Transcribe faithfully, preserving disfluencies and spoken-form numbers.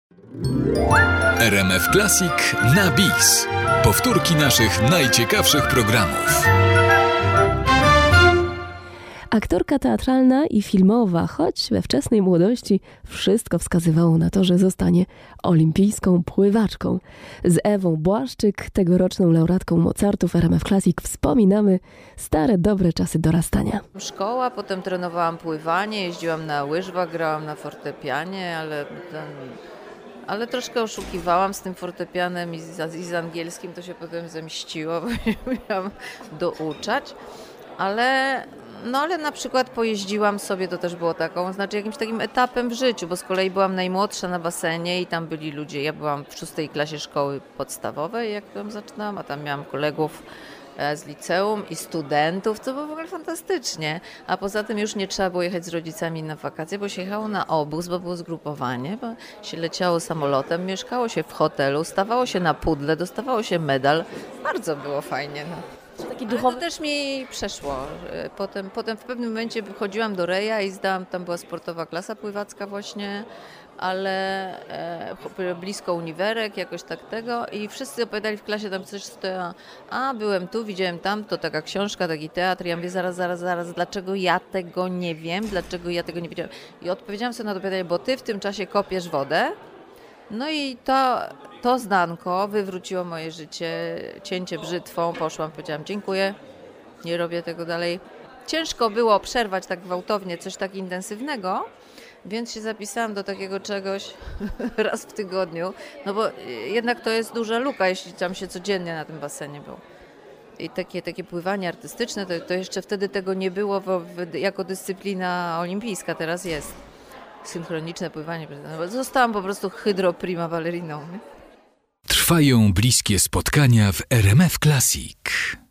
R M F Classic na bis. Powtórki naszych najciekawszych programów. Aktorka teatralna i filmowa, choć we wczesnej młodości wszystko wskazywało na to, że zostanie olimpijską pływaczką. Z Ewą Błaszczyk, tegoroczną laureatką Mozartów R M F Classic, wspominamy stare, dobre czasy dorastania. Szkoła, potem trenowałam pływanie, jeździłam na łyżwach, grałam na fortepianie, ale... Ten... Ale troszkę oszukiwałam z tym fortepianem i z, i z angielskim, to się potem zemściło, bo się miałam douczać. Ale, no ale na przykład pojeździłam sobie, to też było taką, znaczy jakimś takim etapem w życiu, bo z kolei byłam najmłodsza na basenie i tam byli ludzie. Ja byłam w szóstej klasie szkoły podstawowej, jak tam zaczynałam, a tam miałam kolegów z liceum i studentów, to było w ogóle fantastycznie. A poza tym już nie trzeba było jechać z rodzicami na wakacje, bo się jechało na obóz, bo było zgrupowanie, bo się leciało samolotem, mieszkało się w hotelu, stawało się na pudle, dostawało się medal. Bardzo było fajnie. No. Taki duchowy... duchowy... To też mi przeszło. Potem, potem w pewnym momencie chodziłam do Reja i zdałam, tam była sportowa klasa pływacka właśnie, ale e, blisko uniwerek, jakoś tak tego i wszyscy opowiadali w klasie tam coś, to ja, a byłem tu, widziałem tam, to taka książka, taki teatr, ja mówię zaraz, zaraz, zaraz, dlaczego ja tego nie wiem, dlaczego ja tego nie wiedziałam i odpowiedziałam sobie na to pytanie, bo ty w tym czasie kopiesz wodę, no i to, to zdanko wywróciło moje życie, cięcie brzytwą, poszłam, powiedziałam dziękuję, nie robię tego dalej. Ciężko było przerwać tak gwałtownie coś tak intensywnego, więc się zapisałam do takiego czegoś raz w tygodniu, no bo jednak to jest duża luka, jeśli tam się codziennie na tym basenie było. I takie, takie pływanie artystyczne, to, to jeszcze wtedy tego nie było w, w, jako dyscyplina olimpijska, teraz jest. Synchroniczne pływanie. Zostałam po prostu hydro prima balleriną. Nie? Trwają bliskie spotkania w R M F Classic.